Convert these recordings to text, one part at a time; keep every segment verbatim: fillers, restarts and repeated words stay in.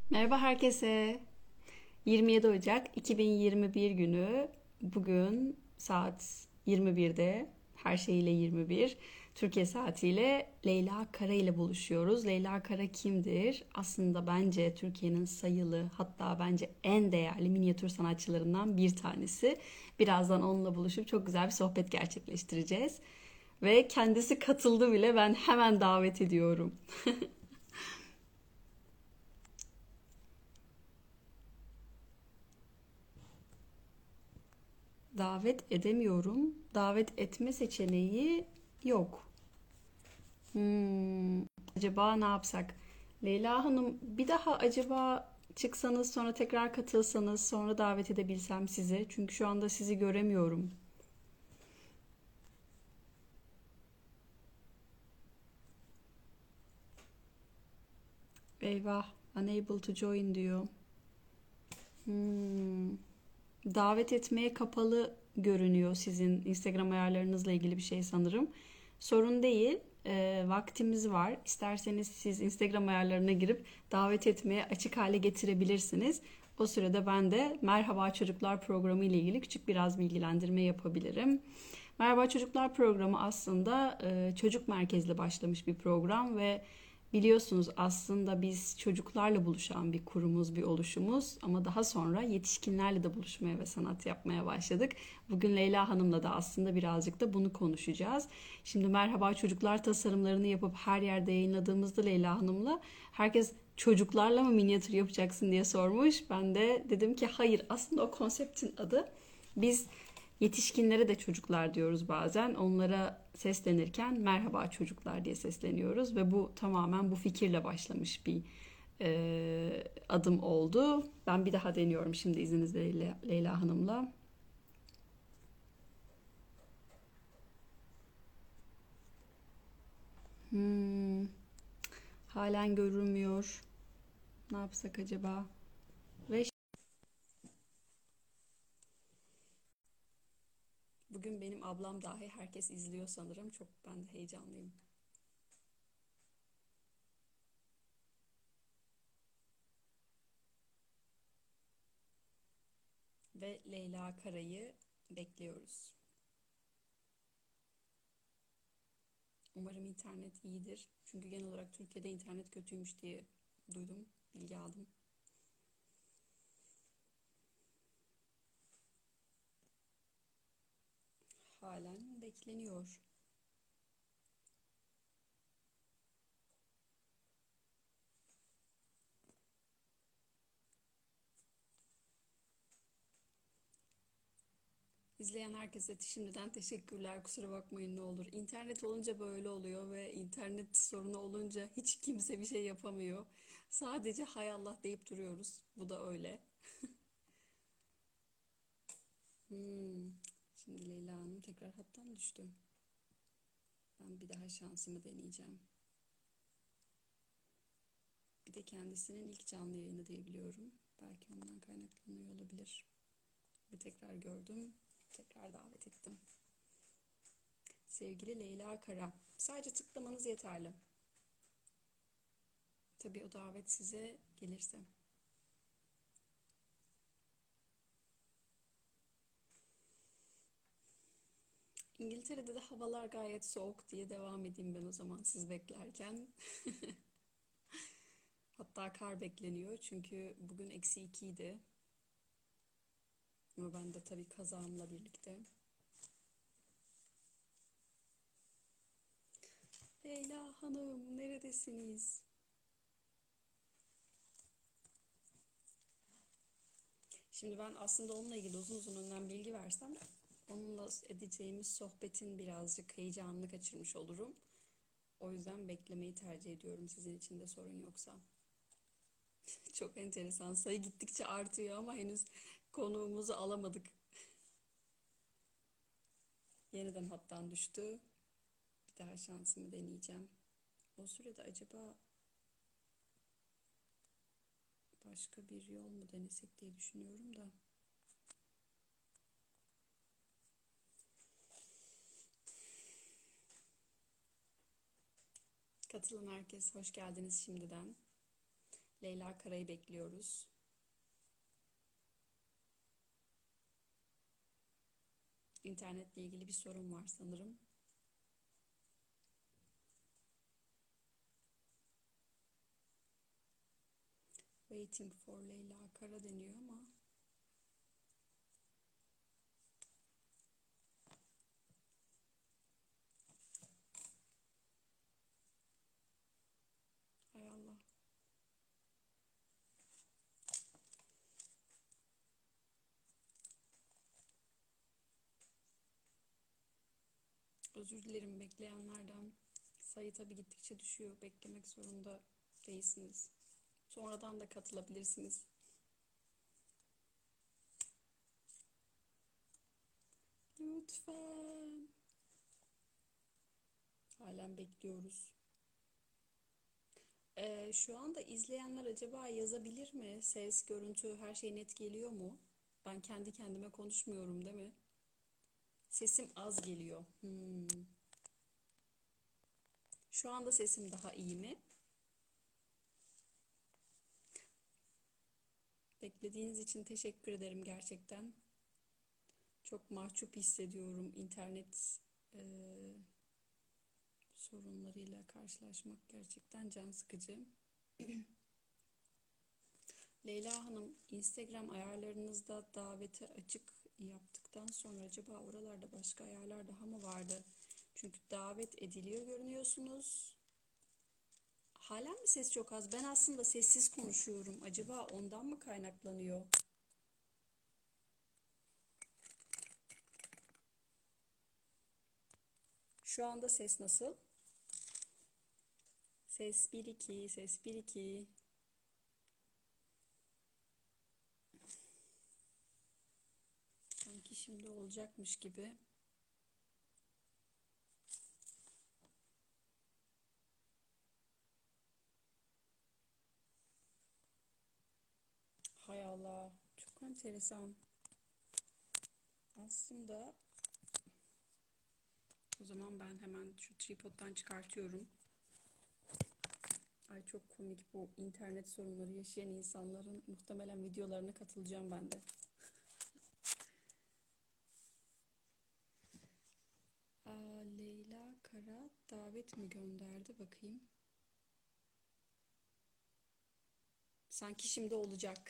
Merhaba herkese. yirmi yedi Ocak iki bin yirmi bir günü bugün saat yirmi birde her şeyiyle yirmi bir Türkiye saatiyle Leyla Kara ile buluşuyoruz. Leyla Kara kimdir? Aslında bence Türkiye'nin sayılı hatta bence en değerli minyatür sanatçılarından bir tanesi. Birazdan onunla buluşup çok güzel bir sohbet gerçekleştireceğiz. Ve kendisi katıldı bile ben hemen davet ediyorum. Davet edemiyorum. Davet etme seçeneği yok. Hmm, acaba ne yapsak? Leyla Hanım bir daha acaba çıksanız sonra tekrar katılsanız sonra davet edebilsem sizi. Çünkü şu anda sizi göremiyorum. Eyvah, unable to join diyor. Hmm, davet etmeye kapalı görünüyor sizin Instagram ayarlarınızla ilgili bir şey sanırım. Sorun değil. E, vaktimiz var. İsterseniz siz Instagram ayarlarına girip davet etmeye açık hale getirebilirsiniz. O sırada ben de Merhaba Çocuklar programı ile ilgili küçük biraz bilgilendirme yapabilirim. Merhaba Çocuklar programı aslında e, çocuk merkezli başlamış bir program ve biliyorsunuz aslında biz çocuklarla buluşan bir kurumuz, bir oluşumuz ama daha sonra yetişkinlerle de buluşmaya ve sanat yapmaya başladık. Bugün Leyla Hanım'la da aslında birazcık da bunu konuşacağız. Şimdi Merhaba Çocuklar tasarımlarını yapıp her yerde yayınladığımızda Leyla Hanım'la herkes çocuklarla mı minyatür yapacaksın diye sormuş. Ben de dedim ki hayır, aslında o konseptin adı. Biz yetişkinlere de çocuklar diyoruz bazen. Onlara seslenirken merhaba çocuklar diye sesleniyoruz ve bu tamamen bu fikirle başlamış bir e, adım oldu. Ben bir daha deniyorum şimdi izninizle Leyla, Leyla Hanım'la. Hmm, halen görünmüyor. Ne yapsak acaba? Ve bugün benim ablam dahi herkes izliyor sanırım. Çok ben de heyecanlıyım. Ve Leyla Kara'yı bekliyoruz. Umarım internet iyidir. Çünkü genel olarak Türkiye'de internet kötüymüş diye duydum, bilgi aldım. Halen bekleniyor. İzleyen herkese şimdiden teşekkürler. Kusura bakmayın ne olur. İnternet olunca böyle oluyor ve internet sorunu olunca hiç kimse bir şey yapamıyor. Sadece hay Allah deyip duruyoruz. Bu da öyle. Hmm. Şimdi Leyla Hanım tekrar hattan düştü. Ben bir daha şansımı deneyeceğim. Bir de kendisinin ilk canlı yayını diye biliyorum. Belki ondan kaynaklanıyor olabilir. Bir tekrar gördüm. Tekrar davet ettim. Sevgili Leyla Kara. Sadece tıklamanız yeterli. Tabii o davet size gelirse. İngiltere'de de havalar gayet soğuk diye devam edeyim ben o zaman siz beklerken. Hatta kar bekleniyor çünkü bugün eksi ikiydi. Ama ben de tabii kazağımla birlikte. Leyla Hanım neredesiniz? Şimdi ben aslında onunla ilgili uzun uzun önden bilgi versem onunla edeceğimiz sohbetin birazcık heyecanını kaçırmış olurum. O yüzden beklemeyi tercih ediyorum sizin için de sorun yoksa. Çok enteresan. Sayı gittikçe artıyor ama henüz konuğumuzu alamadık. Yeniden hattan düştü. Bir daha şansımı deneyeceğim. O sürede acaba başka bir yol mu denesek diye düşünüyorum da. Katılan herkes hoş geldiniz şimdiden. Leyla Kara'yı bekliyoruz. İnternetle ilgili bir sorun var sanırım. Waiting for Leyla Kara deniyor ama hay Allah. Özür dilerim bekleyenlerden. Sayı tabii gittikçe düşüyor. Beklemek zorunda değilsiniz. Sonradan da katılabilirsiniz. Lütfen. Halen bekliyoruz. Ee, şu anda izleyenler acaba yazabilir mi? Ses, görüntü, her şey net geliyor mu? Ben kendi kendime konuşmuyorum, değil mi? Sesim az geliyor. Hmm. Şu anda sesim daha iyi mi? Beklediğiniz için teşekkür ederim gerçekten. Çok mahcup hissediyorum. İnternet e, sorunlarıyla karşılaşmak gerçekten can sıkıcı. Leyla Hanım, Instagram ayarlarınızda davete açık yaptıktan sonra acaba oralarda başka ayarlar daha mı vardı? Çünkü davet ediliyor görünüyorsunuz. Halen mi ses çok az? Ben aslında sessiz konuşuyorum. Acaba ondan mı kaynaklanıyor? Şu anda ses nasıl? Ses bir iki, ses bir iki. Sanki şimdi olacakmış gibi. Hay Allah, çok enteresan. Aslında o zaman ben hemen şu tripod'dan çıkartıyorum. Ay çok komik, bu internet sorunları yaşayan insanların muhtemelen videolarına katılacağım ben de. Aa, Leyla Kara davet mi gönderdi bakayım. Sanki şimdi olacak.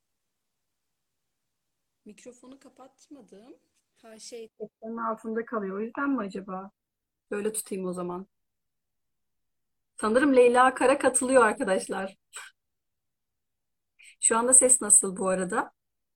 Mikrofonu kapatmadım. Ha şey ekranın altında kalıyor. O yüzden mi acaba? Böyle tutayım o zaman. Sanırım Leyla Kara katılıyor arkadaşlar. Şu anda ses nasıl bu arada?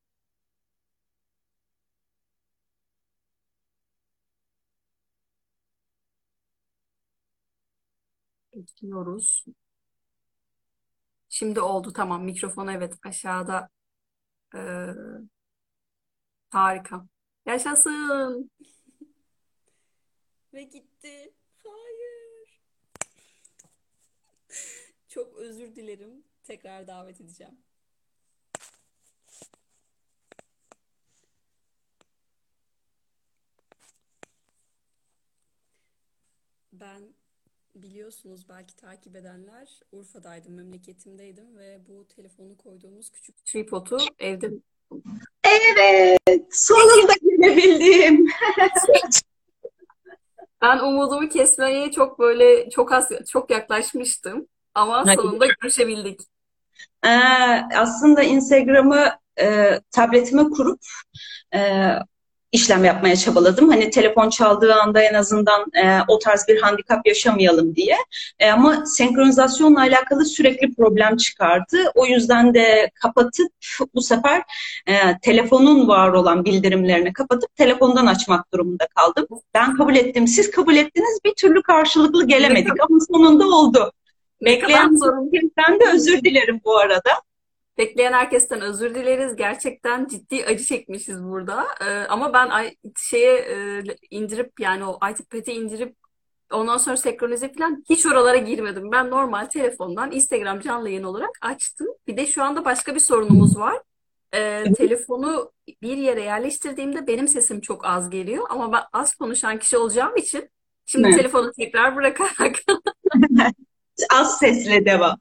Bekliyoruz. Şimdi oldu, tamam. Mikrofon evet aşağıda. Ee, harika. Yaşasın. Ve gitti. Hayır. Çok özür dilerim. Tekrar davet edeceğim. Ben biliyorsunuz belki takip edenler Urfa'daydım, memleketimdeydim ve bu telefonu koyduğumuz küçük tripodu evde Evet, sonunda gelebildim. ben umudumu kesmeye çok böyle çok az çok yaklaşmıştım ama Hayır. sonunda görüşebildik. Ee, Aslında Instagram'ı e, tabletime kurup e, işlem yapmaya çabaladım. Hani telefon çaldığı anda en azından e, o tarz bir handikap yaşamayalım diye. E, ama senkronizasyonla alakalı sürekli problem çıkardı. O yüzden de kapatıp bu sefer e, telefonun var olan bildirimlerini kapatıp telefondan açmak durumunda kaldım. Ben kabul ettim, siz kabul ettiniz. Bir türlü karşılıklı Ne gelemedik kadar, ama sonunda oldu. ne kadar Bekleyen sorun. herkesten de özür dilerim bu arada. Bekleyen herkesten özür dileriz. Gerçekten ciddi acı çekmişiz burada. Ee, ama ben ay- şeye e, indirip yani o iPad'i indirip ondan sonra senkronize falan hiç oralara girmedim. Ben normal telefondan Instagram canlı yayın olarak açtım. Bir de şu anda başka bir sorunumuz var. Ee, telefonu bir yere yerleştirdiğimde benim sesim çok az geliyor. Ama ben az konuşan kişi olacağım için şimdi Evet. telefonu tekrar bırakarak Az sesle devam.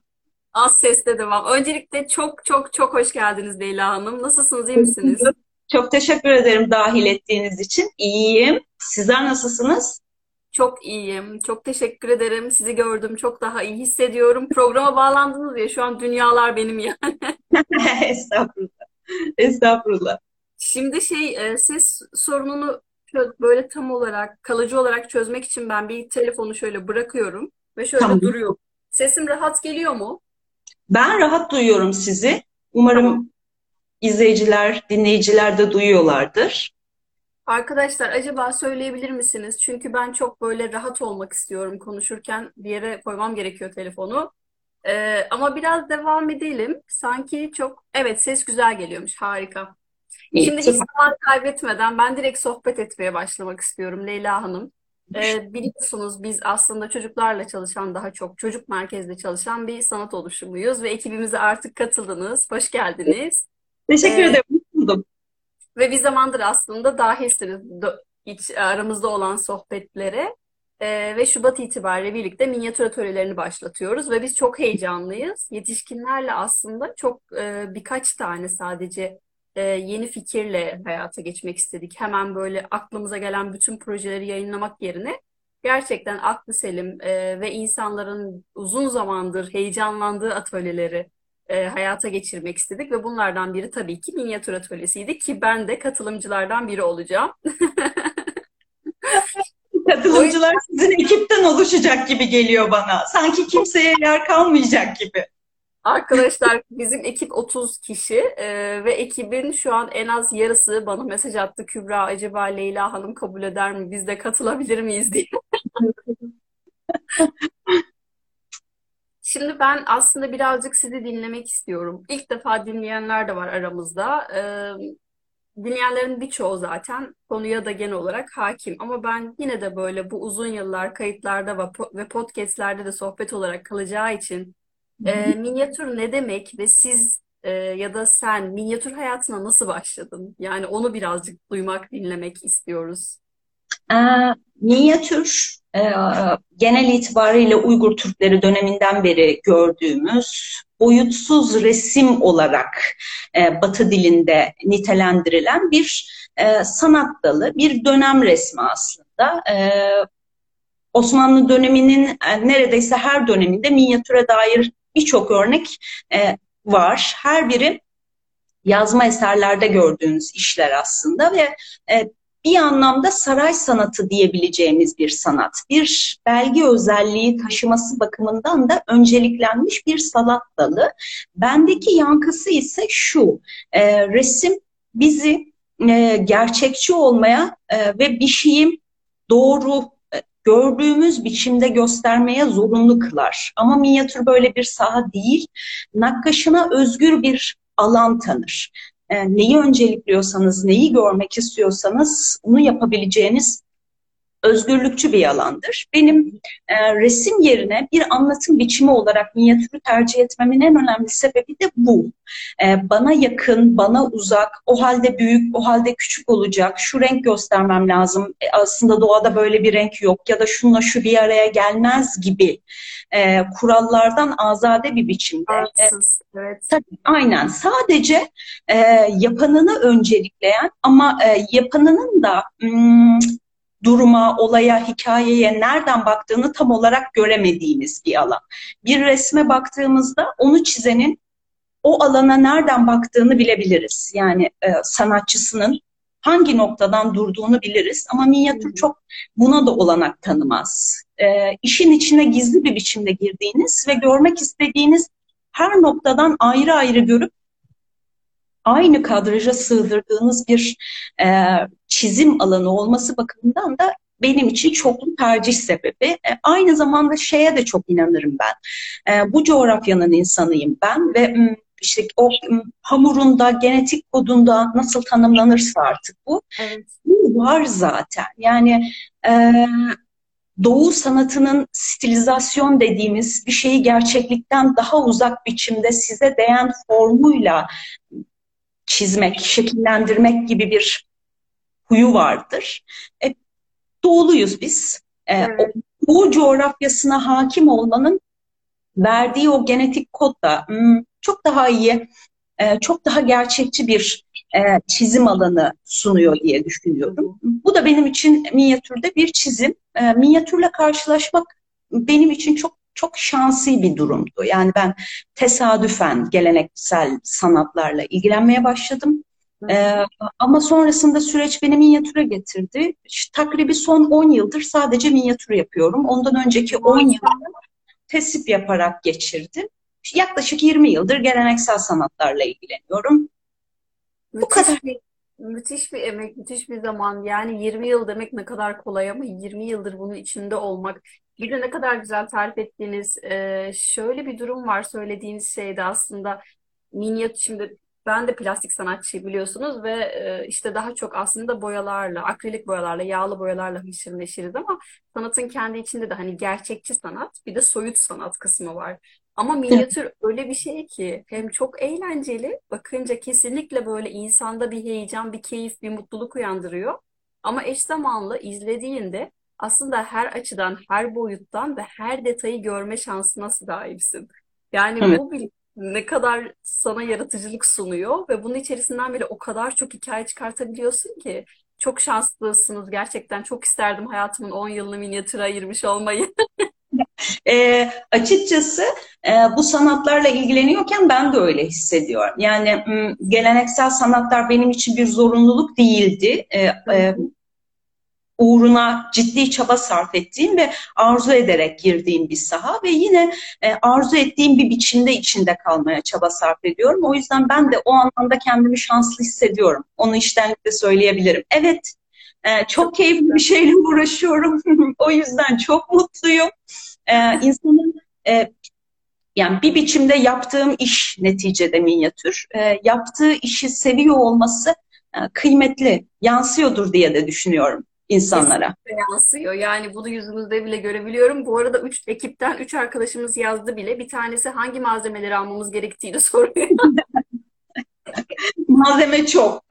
Az sesle devam. Öncelikle çok çok çok hoş geldiniz Leyla Hanım. Nasılsınız, iyi misiniz? Çok teşekkür ederim dahil ettiğiniz için. İyiyim. Sizler nasılsınız? Çok iyiyim. Çok teşekkür ederim. Sizi gördüm. Çok daha iyi hissediyorum. Programa bağlandınız ya. Şu an dünyalar benim ya. Estağfurullah. Estağfurullah. Şimdi şey, e, ses sorununu şöyle böyle tam olarak, kalıcı olarak çözmek için ben bir telefonu şöyle bırakıyorum ve şöyle Tamam. duruyor. Sesim rahat geliyor mu? Ben rahat duyuyorum sizi. Tamam. Umarım izleyiciler, dinleyiciler de duyuyorlardır. Arkadaşlar acaba söyleyebilir misiniz? Çünkü ben çok böyle rahat olmak istiyorum konuşurken bir yere koymam gerekiyor telefonu. Ee, ama biraz devam edelim. Sanki çok evet ses güzel geliyormuş. Harika. İyi, Şimdi hiç süper. zaman kaybetmeden ben direkt sohbet etmeye başlamak istiyorum Leyla Hanım. Ee, biliyorsunuz biz aslında çocuklarla çalışan daha çok çocuk merkezli çalışan bir sanat oluşumuyuz ve ekibimize artık katıldınız. Hoş geldiniz. Teşekkür Ee, ederim. Mutlu oldum. ve bir zamandır aslında dahilsiniz do- hiç aramızda olan sohbetlere. Ee, ve Şubat itibariyle birlikte minyatür atölyelerini başlatıyoruz ve biz çok heyecanlıyız. Yetişkinlerle aslında çok e, birkaç tane sadece e, yeni fikirle hayata geçmek istedik. Hemen böyle aklımıza gelen bütün projeleri yayınlamak yerine gerçekten aklı selim e, ve insanların uzun zamandır heyecanlandığı atölyeleri e, hayata geçirmek istedik ve bunlardan biri tabii ki minyatür atölyesiydi ki ben de katılımcılardan biri olacağım. O yüzden Katılımcılar sizin ekipten oluşacak gibi geliyor bana. Sanki kimseye yer kalmayacak gibi. arkadaşlar bizim ekip otuz kişi e, ve ekibin şu an en az yarısı bana mesaj attı. Kübra acaba Leyla Hanım kabul eder mi? Biz de katılabilir miyiz diye. Şimdi ben aslında birazcık sizi dinlemek istiyorum. İlk defa dinleyenler de var aramızda. Dinleyenlerin birçoğu zaten konuya da genel olarak hakim. Ama ben yine de böyle bu uzun yıllar kayıtlarda ve po- ve podcastlerde de sohbet olarak kalacağı için e, minyatür ne demek ve siz e, ya da sen minyatür hayatına nasıl başladın? Yani onu birazcık duymak, dinlemek istiyoruz. Ee, Minyatür e, genel itibariyle Uygur Türkleri döneminden beri gördüğümüz boyutsuz resim olarak e, Batı dilinde nitelendirilen bir e, sanat dalı, bir dönem resmi aslında. E, Osmanlı döneminin e, neredeyse her döneminde minyatüre dair birçok örnek e, var. Her biri yazma eserlerde gördüğünüz işler aslında ve e, bir anlamda saray sanatı diyebileceğimiz bir sanat. Bir belge özelliği taşıması bakımından da önceliklenmiş bir sanat dalı. Bendeki yankısı ise şu, e, resim bizi e, gerçekçi olmaya e, ve bir şeyin doğru e, gördüğümüz biçimde göstermeye zorunlu kılar. Ama minyatür böyle bir saha değil, nakkaşına özgür bir alan tanır. E, neyi öncelikliyorsanız, neyi görmek istiyorsanız onu yapabileceğiniz özgürlükçü bir alandır. Benim e, resim yerine bir anlatım biçimi olarak minyatürü tercih etmemin en önemli sebebi de bu. E, bana yakın, bana uzak, o halde büyük, o halde küçük olacak, şu renk göstermem lazım. E, aslında doğada böyle bir renk yok ya da şunla şu bir araya gelmez gibi e, kurallardan azade bir biçimde. E, Artsız, evet. Tabii, aynen. Sadece e, yapanını öncelikleyen ama e, yapanının da hmm, duruma, olaya, hikayeye nereden baktığını tam olarak göremediğimiz bir alan. Bir resme baktığımızda onu çizenin o alana nereden baktığını bilebiliriz. Yani e, sanatçısının hangi noktadan durduğunu biliriz ama Hı minyatür hı. çok buna da olanak tanımaz. E, işin içine gizli bir biçimde girdiğiniz ve görmek istediğiniz her noktadan ayrı ayrı görüp aynı kadraja sığdırdığınız bir e, çizim alanı olması bakımından da benim için çoklu tercih sebebi. E, aynı zamanda şeye de çok inanırım ben. E, bu coğrafyanın insanıyım ben ve m, işte o m, hamurunda, genetik kodunda nasıl tanımlanırsa artık bu, Evet. bu var zaten. Yani e, Doğu sanatının stilizasyon dediğimiz bir şeyi gerçeklikten daha uzak biçimde size değen formuyla çizmek, şekillendirmek gibi bir huyu vardır. E, Doğuluyuz biz. E, o Evet. Doğu coğrafyasına hakim olmanın verdiği o genetik kodla hmm, çok daha iyi, e, çok daha gerçekçi bir e, çizim alanı sunuyor diye Hı düşünüyorum. hı. Bu da benim için minyatürde bir çizim. E, minyatürle karşılaşmak benim için çok çok şansi bir durumdu. Yani ben tesadüfen geleneksel sanatlarla ilgilenmeye başladım. Hı E, hı. ama sonrasında süreç beni minyatüre getirdi. İşte takribi son on yıldır sadece minyatür yapıyorum. Ondan önceki on yıl Harika. tesip yaparak geçirdim. Yaklaşık yirmi yıldır geleneksel sanatlarla ilgileniyorum. Bu kadar. Müthiş bir müthiş bir emek, müthiş bir zaman. Yani yirmi yıl demek ne kadar kolay ama yirmi yıldır bunun içinde olmak. Bir de ne kadar güzel tarif ettiğiniz e, şöyle bir durum var söylediğiniz şeyde aslında minyatür şimdi ben de plastik sanatçıyım biliyorsunuz ve e, işte daha çok aslında boyalarla, akrilik boyalarla, yağlı boyalarla haşır neşiriz ama sanatın kendi içinde de hani gerçekçi sanat bir de soyut sanat kısmı var. Ama minyatür öyle bir şey ki hem çok eğlenceli, bakınca kesinlikle böyle insanda bir heyecan, bir keyif, bir mutluluk uyandırıyor. Ama eş zamanlı izlediğinde aslında her açıdan, her boyuttan ve her detayı görme şansına sahipsin. Yani Evet. bu bile ne kadar sana yaratıcılık sunuyor ve bunun içerisinden bile o kadar çok hikaye çıkartabiliyorsun ki. Çok şanslısınız gerçekten. Çok isterdim hayatımın on yılını minyatüre ayırmış olmayı. E, açıkçası e, bu sanatlarla ilgileniyorken ben de öyle hissediyorum. Yani m, geleneksel sanatlar benim için bir zorunluluk değildi. E, e, uğruna ciddi çaba sarf ettiğim ve arzu ederek girdiğim bir saha ve yine e, arzu ettiğim bir biçimde içinde kalmaya çaba sarf ediyorum. O yüzden ben de o anlamda kendimi şanslı hissediyorum. Onu içtenlikle söyleyebilirim. Evet, e, çok Çok keyifli bir şeyle uğraşıyorum. O yüzden çok mutluyum. E, insanın e, yani bir biçimde yaptığım iş neticede minyatür. E, yaptığı işi seviyor olması e, kıymetli, yansıyordur diye de düşünüyorum insanlara. kesinlikle yansıyor. Yani bunu yüzümüzde bile görebiliyorum. Bu arada üç ekipten üç arkadaşımız yazdı bile. Bir tanesi hangi malzemeleri almamız gerektiğini soruyor. Malzeme çok.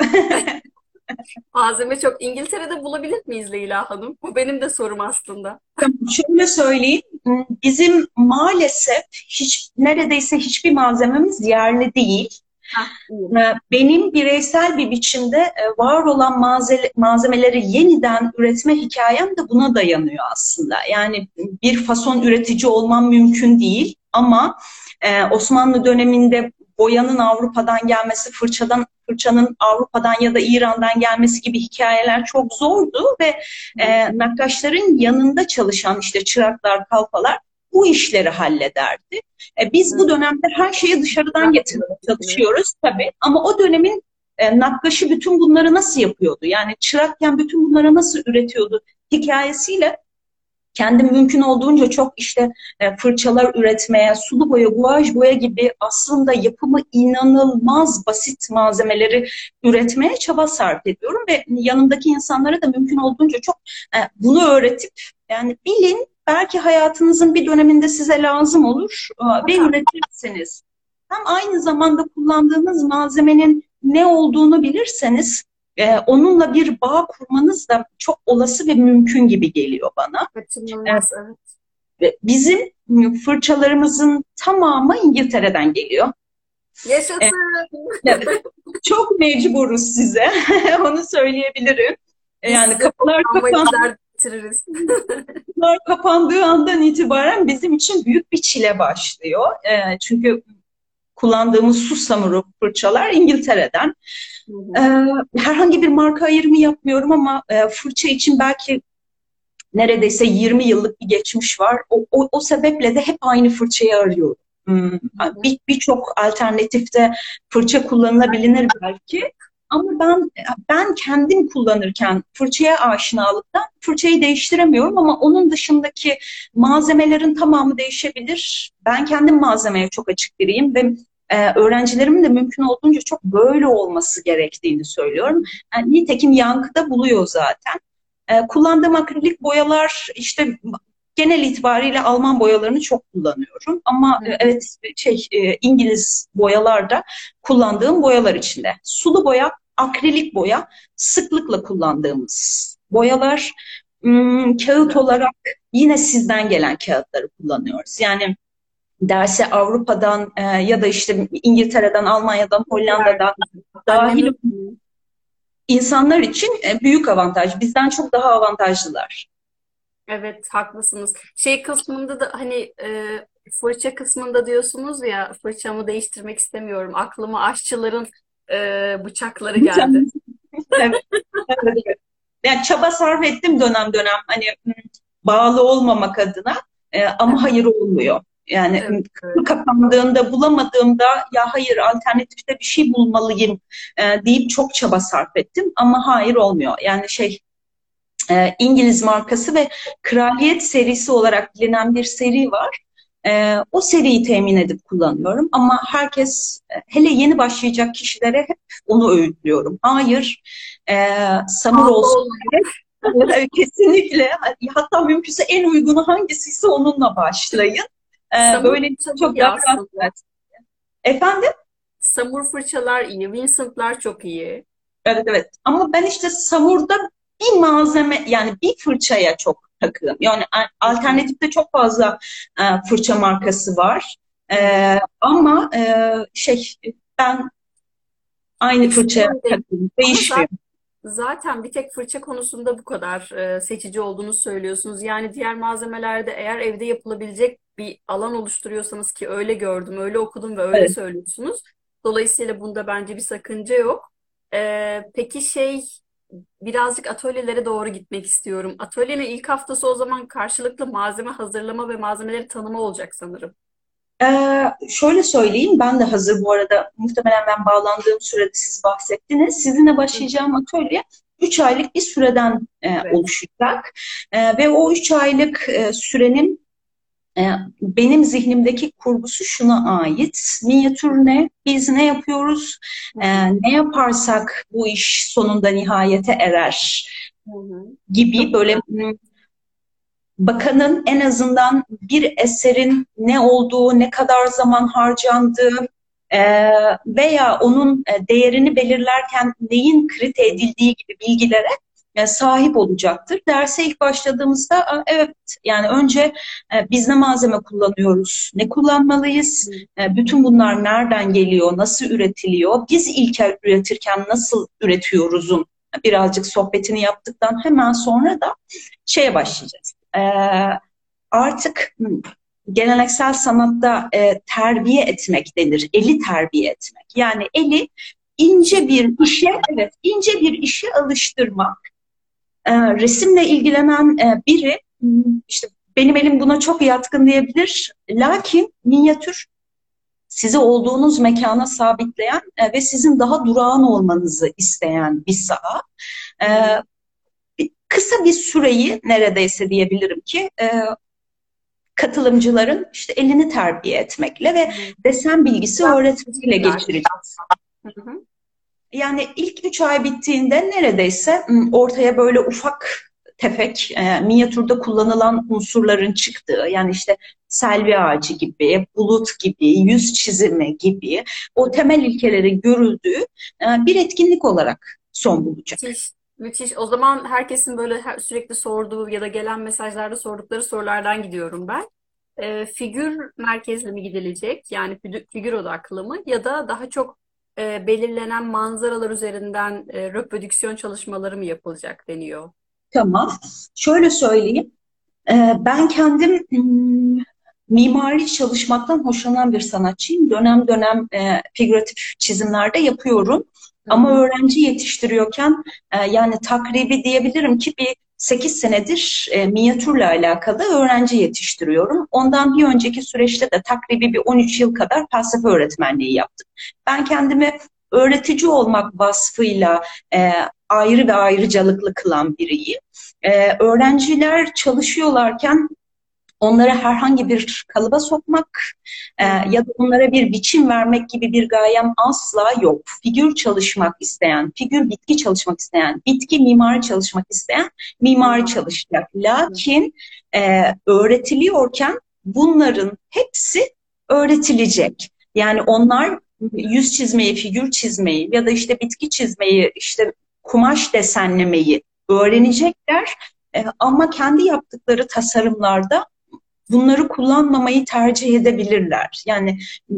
Malzeme çok. İngiltere'de bulabilir miyiz Leyla Hanım? Bu benim de sorum aslında. Şöyle söyleyeyim, bizim maalesef hiç neredeyse hiçbir malzememiz yerli değil. Hah, iyi. Ee, Benim bireysel bir biçimde e, var olan malze- malzemeleri yeniden üretme hikayem de buna dayanıyor aslında. Yani bir fason üretici olmam mümkün değil ama e, Osmanlı döneminde boyanın Avrupa'dan gelmesi, fırçadan fırçanın Avrupa'dan ya da İran'dan gelmesi gibi hikayeler çok zordu ve e, nakkaşların yanında çalışan işte çıraklar, kalfalar bu işleri hallederdi. E, biz bu dönemde her şeyi dışarıdan getirmeye çalışıyoruz tabii. Ama o dönemin e, nakkaşı bütün bunları nasıl yapıyordu? Yani çırakken bütün bunları nasıl üretiyordu? Hikayesiyle kendim mümkün olduğunca çok işte e, fırçalar üretmeye, sulu boya, guaj boya gibi aslında yapımı inanılmaz basit malzemeleri üretmeye çaba sarf ediyorum ve yanımdaki insanlara da mümkün olduğunca çok e, bunu öğretip yani bilin belki hayatınızın bir döneminde size lazım olur e, ve Mutlaka. üretirsiniz. Hem aynı zamanda kullandığınız malzemenin ne olduğunu bilirseniz e, onunla bir bağ kurmanız da çok olası ve mümkün gibi geliyor bana. Kaçınılmaz, evet. E, bizim fırçalarımızın tamamı İngiltere'den geliyor. E, Yaşasın. çok mecburuz size, onu söyleyebilirim. E, Biz yani size kapılar almayı kapan, bizler getiririz. kapılar kapandığı andan itibaren bizim için büyük bir çile başlıyor. E, çünkü kullandığımız susamuru fırçalar İngiltere'den. Hı E, hı. herhangi bir marka ayrımı yapmıyorum ama e, fırça için belki neredeyse yirmi yıllık bir geçmiş var. O, o, o sebeple de hep aynı fırçayı arıyorum. Hmm, Hı hı. bir birçok alternatifte fırça kullanılabilir belki. Ama ben ben kendim kullanırken fırçaya aşinalıktan fırçayı değiştiremiyorum ama onun dışındaki malzemelerin tamamı değişebilir. Ben kendim malzemeye çok açık biriyim ve e, öğrencilerimin de mümkün olduğunca çok böyle olması gerektiğini söylüyorum. Yani nitekim yankıda buluyor zaten. E, kullandığım akrilik boyalar işte genel itibariyle Alman boyalarını çok kullanıyorum. Ama Hı e, hı. evet şey e, İngiliz boyalar da kullandığım boyalar içinde. Sulu boya, akrilik boya sıklıkla kullandığımız boyalar. Hmm, kağıt Güzel. olarak yine sizden gelen kağıtları kullanıyoruz. Yani derse Avrupa'dan e, ya da işte İngiltere'den, Almanya'dan, Hollanda'dan dahil Annemiz insanlar için e, büyük avantaj. Bizden çok daha avantajlılar. evet haklısınız. Şey kısmında da hani e, fırça kısmında diyorsunuz ya fırçamı değiştirmek istemiyorum. Aklıma aşçıların e, bıçakları geldi. Evet, evet, evet. Yani çaba sarf ettim dönem dönem hani m, bağlı olmamak adına. E, ama Evet, hayır olmuyor. Yani evet, m, evet. kısmı kapandığında bulamadığımda ya hayır alternatifte bir şey bulmalıyım e, deyip çok çaba sarf ettim ama hayır olmuyor. Yani şey e, İngiliz markası ve Kraliyet serisi olarak bilinen bir seri var. E, o seriyi temin edip kullanıyorum ama herkes e, hele yeni başlayacak kişilere hep onu öğütlüyorum. Hayır, e, samur Pahalı olsun. olmayı. Evet, kesinlikle. Hatta mümkünse en uygunu hangisiyse onunla başlayın. E, Samur böyle fırçalar çok iyi daha rahat. aslında. Efendim? Samur fırçalar iyi. Vincent'lar çok iyi. Evet, evet. Ama ben işte samurda bir malzeme yani bir fırçaya çok takığım. Yani a- Hı hı, alternatifte çok fazla e, fırça markası var. hı hı. E, ama e, şey ben aynı İşte fırçaya öyle. takığım. Ama Değişmiyor. zaten Zaten bir tek fırça konusunda bu kadar e, seçici olduğunu söylüyorsunuz. Yani diğer malzemelerde eğer evde yapılabilecek bir alan oluşturuyorsanız ki öyle gördüm, öyle okudum ve öyle Evet. söylüyorsunuz. Dolayısıyla bunda bence bir sakınca yok. E, peki şey birazcık atölyelere doğru gitmek istiyorum. Atölyenin ilk haftası o zaman karşılıklı malzeme hazırlama ve malzemeleri tanıma olacak sanırım. Ee, şöyle söyleyeyim, ben de hazır bu arada muhtemelen ben bağlandığım sürede siz bahsettiniz. Sizinle Hı, başlayacağım atölye üç aylık bir süreden e, evet. oluşacak. E, ve o üç aylık e, sürenin e, benim zihnimdeki kurgusu şuna ait. Minyatür ne? Biz ne yapıyoruz? Hı E, hı, ne yaparsak bu iş sonunda nihayete erer hı hı. gibi Çok böyle güzel. m, bakanın en azından bir eserin ne olduğu, ne kadar zaman harcandığı e, veya onun e, değerini belirlerken neyin krite edildiği gibi bilgilere e, sahip olacaktır. Derse ilk başladığımızda "Aa, evet yani önce e, biz ne malzeme kullanıyoruz, ne kullanmalıyız, Hı e, bütün bunlar nereden geliyor, nasıl üretiliyor, biz ilkel üretirken nasıl üretiyoruzun birazcık sohbetini yaptıktan hemen sonra da şeye başlayacağız. E, artık geleneksel sanatta e, terbiye etmek denir. Eli terbiye etmek. Yani eli ince Çizim. bir işe, evet, ince bir işe alıştırmak. E, resimle ilgilenen e, biri işte benim elim buna çok yatkın diyebilir. Lakin minyatür sizi olduğunuz mekana sabitleyen e, ve sizin daha durağan olmanızı isteyen bir saha. E, Hı hı. kısa bir süreyi neredeyse diyebilirim ki e, katılımcıların işte elini terbiye etmekle ve Hı. desen bilgisi öğretmekle Güzel. geçireceğiz. Hı hı. Yani ilk üç ay bittiğinde neredeyse ortaya böyle ufak tefek e, minyatürde kullanılan unsurların çıktığı yani işte selvi ağacı gibi, bulut gibi, yüz çizimi gibi o temel ilkelerin görüldüğü e, bir etkinlik olarak son bulacak. Müthiş, müthiş. O zaman herkesin böyle her- sürekli sorduğu ya da gelen mesajlarda sordukları sorulardan gidiyorum ben. Ee, figür merkezli mi gidilecek? Yani figür, figür odaklı mı? Ya da daha çok e, belirlenen manzaralar üzerinden e, reprodüksiyon çalışmaları mı yapılacak deniyor? Tamam. Şöyle söyleyeyim. Ee, Ben kendim hmm, mimari çalışmaktan hoşlanan bir sanatçıyım. Dönem dönem e, figüratif çizimlerde yapıyorum. Hı Ama hı. öğrenci yetiştiriyorken e, yani takribi diyebilirim ki bir sekiz senedir e, minyatürle alakalı öğrenci yetiştiriyorum. Ondan bir önceki süreçte de takribi bir on üç yıl kadar felsefe öğretmenliği yaptım. Ben kendimi öğretici olmak vasfıyla e, ayrı ve ayrıcalıklı kılan biriyim. Ee, öğrenciler çalışıyorlarken onları herhangi bir kalıba sokmak e, Hı ya hı. da onlara bir biçim vermek gibi bir gayem asla yok. Figür çalışmak isteyen, figür bitki çalışmak isteyen, bitki mimari çalışmak isteyen mimari Mimar. çalışacak. Hı Lakin e, öğretiliyorken bunların hepsi öğretilecek. Yani onlar yüz çizmeyi, figür çizmeyi ya da işte bitki çizmeyi, işte kumaş desenlemeyi öğrenecekler. E, ama kendi yaptıkları tasarımlarda bunları kullanmamayı tercih edebilirler. Yani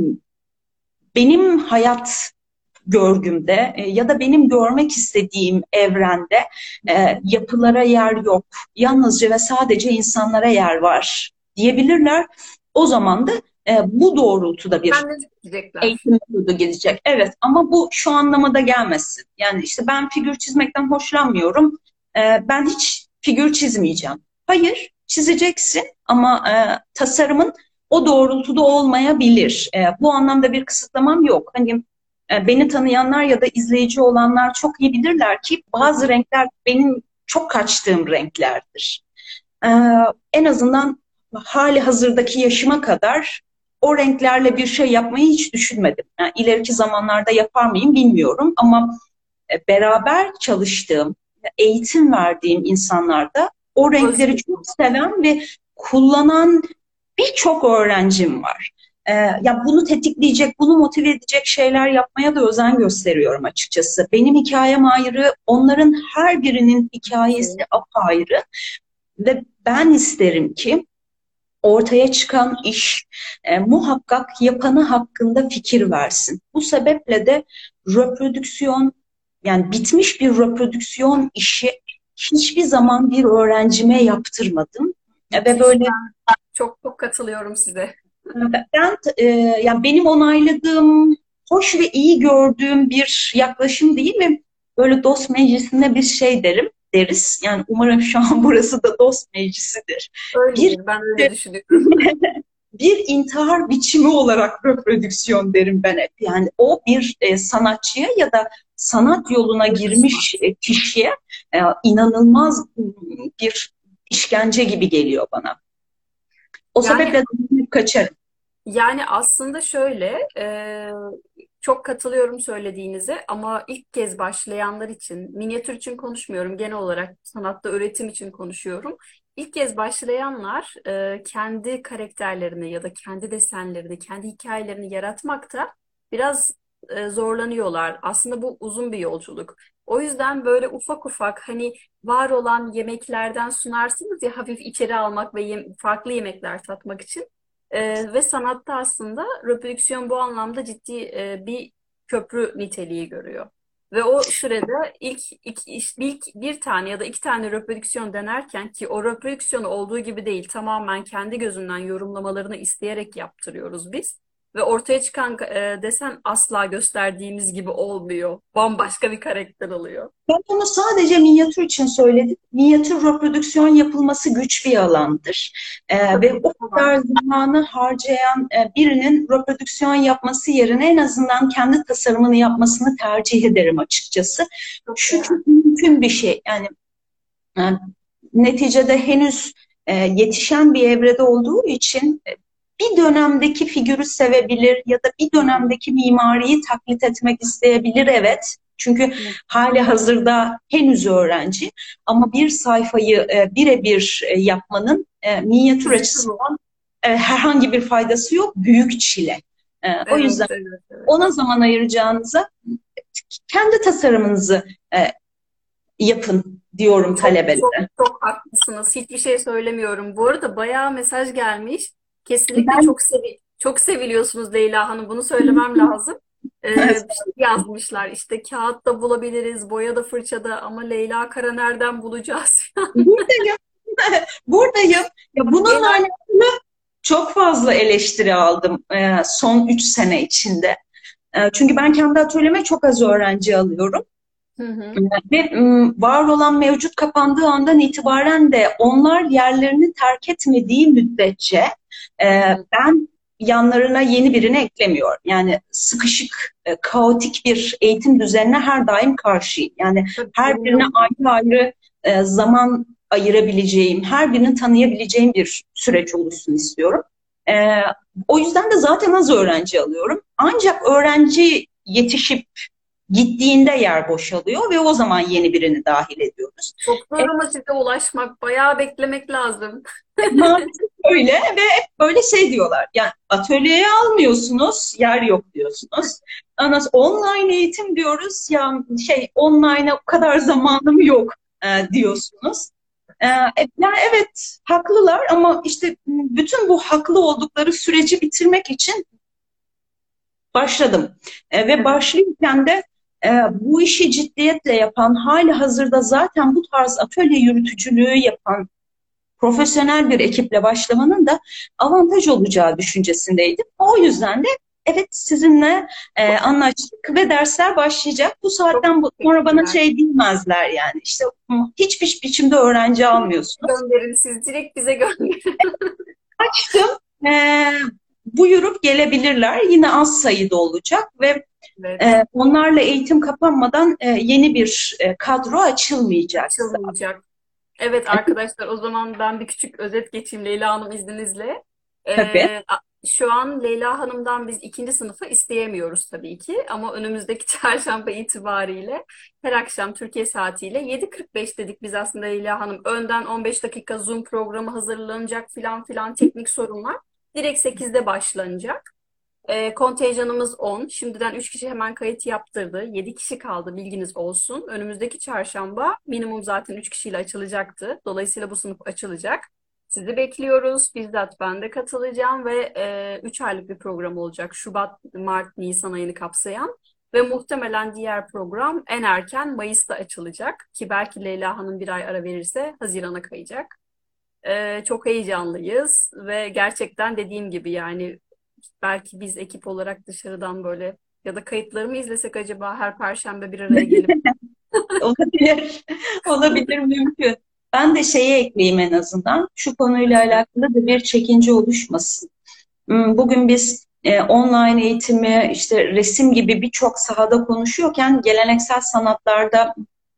benim hayat görgümde e, ya da benim görmek istediğim evrende e, yapılara yer yok. Yalnızca ve sadece insanlara yer var diyebilirler. O zaman da e, bu doğrultuda bir Kendini diyecekler. eğitim metodu gelecek. Evet, ama bu şu anlamada gelmesin. Yani işte ben figür çizmekten hoşlanmıyorum. E, ben hiç figür çizmeyeceğim. Hayır, çizeceksin ama e, tasarımın o doğrultuda olmayabilir. E, bu anlamda bir kısıtlamam yok. Hani e, beni tanıyanlar ya da izleyici olanlar çok iyi bilirler ki bazı renkler benim çok kaçtığım renklerdir. E, En azından hali hazırdaki yaşıma kadar o renklerle bir şey yapmayı hiç düşünmedim. Yani ileriki zamanlarda yapar mıyım bilmiyorum ama e, beraber çalıştığım, eğitim verdiğim insanlarda o renkleri çok Özgür. seven ve kullanan birçok öğrencim var. Ee, ya bunu tetikleyecek, bunu motive edecek şeyler yapmaya da özen gösteriyorum açıkçası. Benim hikayem ayrı, onların her birinin hikayesi apayrı ve ben isterim ki ortaya çıkan iş e, muhakkak yapanı hakkında fikir versin. Bu sebeple de reprodüksiyon, yani bitmiş bir reprodüksiyon işi hiçbir zaman bir öğrencime yaptırmadım. E, ve Müthiş. böyle Ben çok çok katılıyorum size. ben e, ya benim onayladığım, hoş ve iyi gördüğüm bir yaklaşım değil mi? Böyle dost meclisinde bir şey derim deriz. Yani umarım şu an burası da dost meclisidir. Bir Öyledir. Ben öyle düşünüyorum. bir intihar biçimi olarak reprodüksiyon derim ben hep. Yani o bir e, sanatçıya ya da sanat yoluna girmiş e, kişiye e, inanılmaz bir işkence gibi geliyor bana. O Yani sebeple de kaçarım. Yani aslında şöyle, e, çok katılıyorum söylediğinize ama ilk kez başlayanlar için, minyatür için konuşmuyorum, genel olarak sanatta üretim için konuşuyorum. İlk kez başlayanlar e, kendi karakterlerini ya da kendi desenlerini, kendi hikayelerini yaratmakta biraz e, zorlanıyorlar. Aslında bu uzun bir yolculuk. O yüzden böyle ufak ufak hani var olan yemeklerden sunarsınız ya hafif içeri almak ve yem- farklı yemekler tatmak için. Ee, ve sanatta aslında reprodüksiyon bu anlamda ciddi e, bir köprü niteliği görüyor. Ve o sürede ilk, ilk, ilk bir tane ya da iki tane reprodüksiyon denerken ki o reprodüksiyonu olduğu gibi değil tamamen kendi gözünden yorumlamalarını isteyerek yaptırıyoruz biz. Ve ortaya çıkan e, desen asla gösterdiğimiz gibi olmuyor. Bambaşka bir karakter alıyor. Ben bunu sadece minyatür için söyledim. Minyatür reprodüksiyon yapılması güç bir alandır. Ee, ve Tabii o var. kadar zamanı harcayan e, birinin reprodüksiyon yapması yerine en azından kendi tasarımını yapmasını tercih ederim açıkçası. Çok Şu değerli. çok mümkün bir şey. Yani e, neticede henüz e, yetişen bir evrede olduğu için e, bir dönemdeki figürü sevebilir ya da bir Hı hı. dönemdeki mimariyi taklit etmek isteyebilir, evet. Çünkü Hı. hali hazırda henüz öğrenci ama bir sayfayı e, birebir e, yapmanın e, minyatür Üzücü bu. açısından e, herhangi bir faydası yok. Büyük çile. E, o Evet, yüzden evet, evet. ona zaman ayıracağınıza kendi tasarımınızı e, yapın diyorum Çok çok talebelere. çok haklısınız. Hiçbir şey söylemiyorum. Bu arada bayağı mesaj gelmiş. Kesinlikle Ben çok sevi çok seviliyorsunuz Leyla Hanım. Bunu söylemem lazım. Ee, bir şey yazmışlar. İşte kağıtta bulabiliriz, boyada, fırçada ama Leyla Kara nereden bulacağız? buradayım, buradayım. Ya bununla Genel. alakalı çok fazla eleştiri aldım e, son üç sene içinde. E, çünkü ben kendi atölyeme çok az öğrenci alıyorum. Hı hı. Ve m, var olan mevcut kapandığı andan itibaren de onlar yerlerini terk etmediği müddetçe e, Hı hı. ben yanlarına yeni birini eklemiyorum. Yani sıkışık, e, kaotik bir eğitim düzenine her daim karşıyım. Yani Tabii her birine dinliyorum. ayrı ayrı e, zaman ayırabileceğim, her birini tanıyabileceğim bir süreç oluşsun istiyorum. E, O yüzden de zaten az öğrenci alıyorum. Ancak öğrenci yetişip gittiğinde yer boşalıyor ve o zaman yeni birini dahil ediyoruz. Çok zor E, ama size ulaşmak, bayağı beklemek lazım. Maalesef öyle ve böyle şey diyorlar. Yani atölyeye almıyorsunuz, yer yok diyorsunuz. Ondan sonra online eğitim diyoruz. Ya şey online'a o kadar zamanım yok e, diyorsunuz. Ee, e, yani evet haklılar ama işte bütün bu haklı oldukları süreci bitirmek için başladım. E, ve Evet. başlayırken de e, bu işi ciddiyetle yapan, hali hazırda zaten bu tarz atölye yürütücülüğü yapan profesyonel bir ekiple başlamanın da avantaj olacağı düşüncesindeydim. O yüzden de evet sizinle e, anlaştık ve dersler başlayacak. Bu Çok saatten bu- sonra bana teşekkürler. şey diyemezler yani işte "Hı, hiçbir biçimde öğrenci almıyorsunuz." Gönderin siz direkt bize gönderin. Açtım. E, buyurup gelebilirler. Yine az sayıda olacak ve Evet. e, onlarla eğitim kapanmadan e, yeni bir e, kadro açılmayacak. Açılmayacak. Evet arkadaşlar o zaman ben bir küçük özet geçeyim Leyla Hanım izninizle. Tabii. Ee, a- şu an Leyla Hanım'dan biz ikinci sınıfı isteyemiyoruz tabii ki ama önümüzdeki çarşamba itibariyle her akşam Türkiye saatiyle yedi kırk beş dedik biz aslında Leyla Hanım. Önden on beş dakika Zoom programı hazırlanacak filan filan teknik sorunlar. Direkt sekizde başlanacak. E, kontenjanımız on. Şimdiden üç kişi hemen kayıt yaptırdı. Yedi kişi kaldı bilginiz olsun. Önümüzdeki çarşamba minimum zaten üç kişiyle açılacaktı. Dolayısıyla bu sınıf açılacak. Sizi bekliyoruz. Bizzat ben de katılacağım ve e, üç aylık bir program olacak. Şubat, Mart, Nisan ayını kapsayan. Ve muhtemelen diğer program en erken Mayıs'ta açılacak. Ki belki Leyla Hanım bir ay ara verirse Haziran'a kayacak. E, çok heyecanlıyız ve gerçekten dediğim gibi yani belki biz ekip olarak dışarıdan böyle ya da kayıtları mı izlesek acaba her perşembe bir araya gelip. Olabilir. Olabilir mümkün. Ben de şeyi ekleyeyim en azından. Şu konuyla Lütfen. alakalı da bir çekince oluşmasın. Hmm, Bugün biz e, online eğitimi, işte resim gibi birçok sahada konuşuyorken geleneksel sanatlarda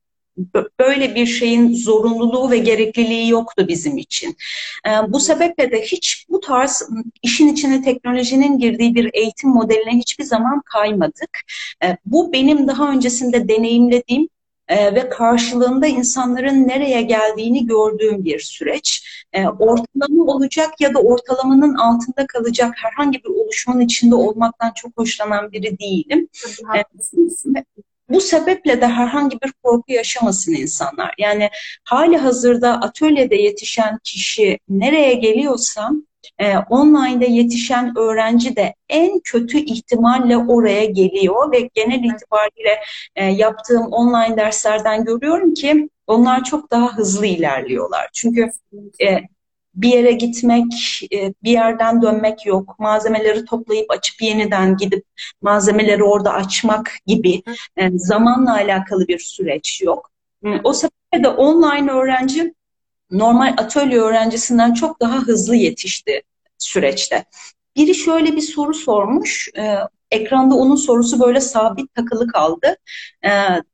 bö- böyle bir şeyin zorunluluğu ve gerekliliği yoktu bizim için. E, bu sebeple de hiç bu tarz m, işin içine teknolojinin girdiği bir eğitim modeline hiçbir zaman kaymadık. E, bu benim daha öncesinde deneyimlediğim e, ve karşılığında insanların nereye geldiğini gördüğüm bir süreç. E, ortalama olacak ya da ortalamanın altında kalacak herhangi bir oluşumun içinde olmaktan çok hoşlanan biri değilim. Tabii E, haklısınız. bu sebeple de herhangi bir korku yaşamasın insanlar. Yani hali hazırda atölyede yetişen kişi nereye geliyorsa e, online'da yetişen öğrenci de en kötü ihtimalle oraya geliyor ve genel itibariyle e, yaptığım online derslerden görüyorum ki onlar çok daha hızlı ilerliyorlar. Çünkü Kesinlikle. e, bir yere gitmek, e, bir yerden dönmek yok. Malzemeleri toplayıp açıp yeniden gidip malzemeleri orada açmak gibi Hı, e, zamanla alakalı bir süreç yok. E, O evet. sebeple de online öğrenci normal atölye öğrencisinden çok daha hızlı yetişti süreçte. Biri şöyle bir soru sormuş. E, ekranda onun sorusu böyle sabit takılı kaldı. E,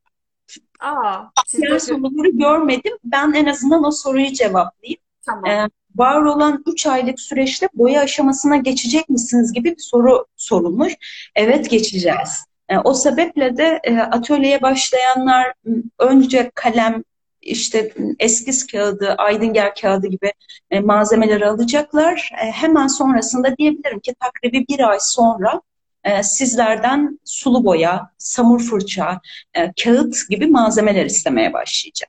Aa, siz diğer de gö- soruları görmedim. Ben en azından o soruyu cevaplayayım. tamam. Ee, var olan üç aylık süreçte boya aşamasına geçecek misiniz gibi bir soru sorulmuş. Evet geçeceğiz. Ee, o sebeple de e, atölyeye başlayanlar m, önce kalem, işte m, eskiz kağıdı, aydınger kağıdı gibi e, malzemeleri alacaklar. E, hemen sonrasında diyebilirim ki takribi bir ay sonra e, sizlerden sulu boya, samur fırça, e, kağıt gibi malzemeler istemeye başlayacak.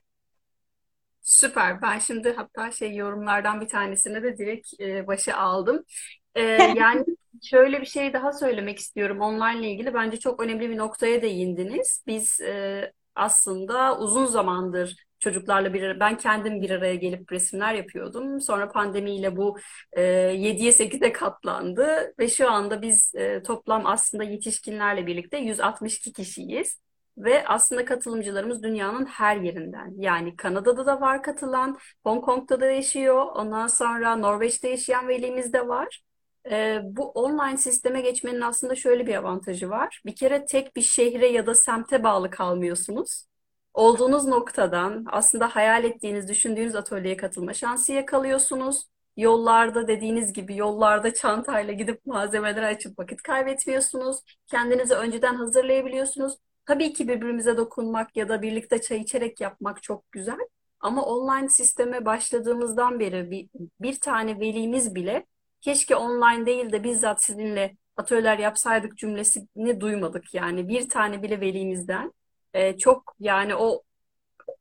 Süper. Ben şimdi hatta şey yorumlardan bir tanesini de direkt e, başa aldım. E, yani şöyle bir şey daha söylemek istiyorum online ile ilgili. Bence çok önemli bir noktaya değindiniz. Biz e, aslında uzun zamandır çocuklarla bir ara, ben kendim bir araya gelip resimler yapıyordum. Sonra pandemiyle bu e, yediye sekize katlandı ve şu anda biz e, toplam aslında yetişkinlerle birlikte yüz altmış iki kişiyiz. Ve aslında katılımcılarımız dünyanın her yerinden. Yani Kanada'da da var katılan, Hong Kong'da da yaşıyor. Ondan sonra Norveç'te yaşayan velimiz de var. Ee, bu online sisteme geçmenin aslında şöyle bir avantajı var. Bir kere tek bir şehre ya da semte bağlı kalmıyorsunuz. Olduğunuz noktadan aslında hayal ettiğiniz, düşündüğünüz atölyeye katılma şansı yakalıyorsunuz. Yollarda dediğiniz gibi yollarda çantayla gidip malzemeleri açıp vakit kaybetmiyorsunuz. Kendinizi önceden hazırlayabiliyorsunuz. Tabii ki birbirimize dokunmak ya da birlikte çay içerek yapmak çok güzel. Ama online sisteme başladığımızdan beri bir, bir tane velimiz bile keşke online değil de bizzat sizinle atölyeler yapsaydık cümlesini duymadık. Yani bir tane bile velimizden. Ee, çok yani o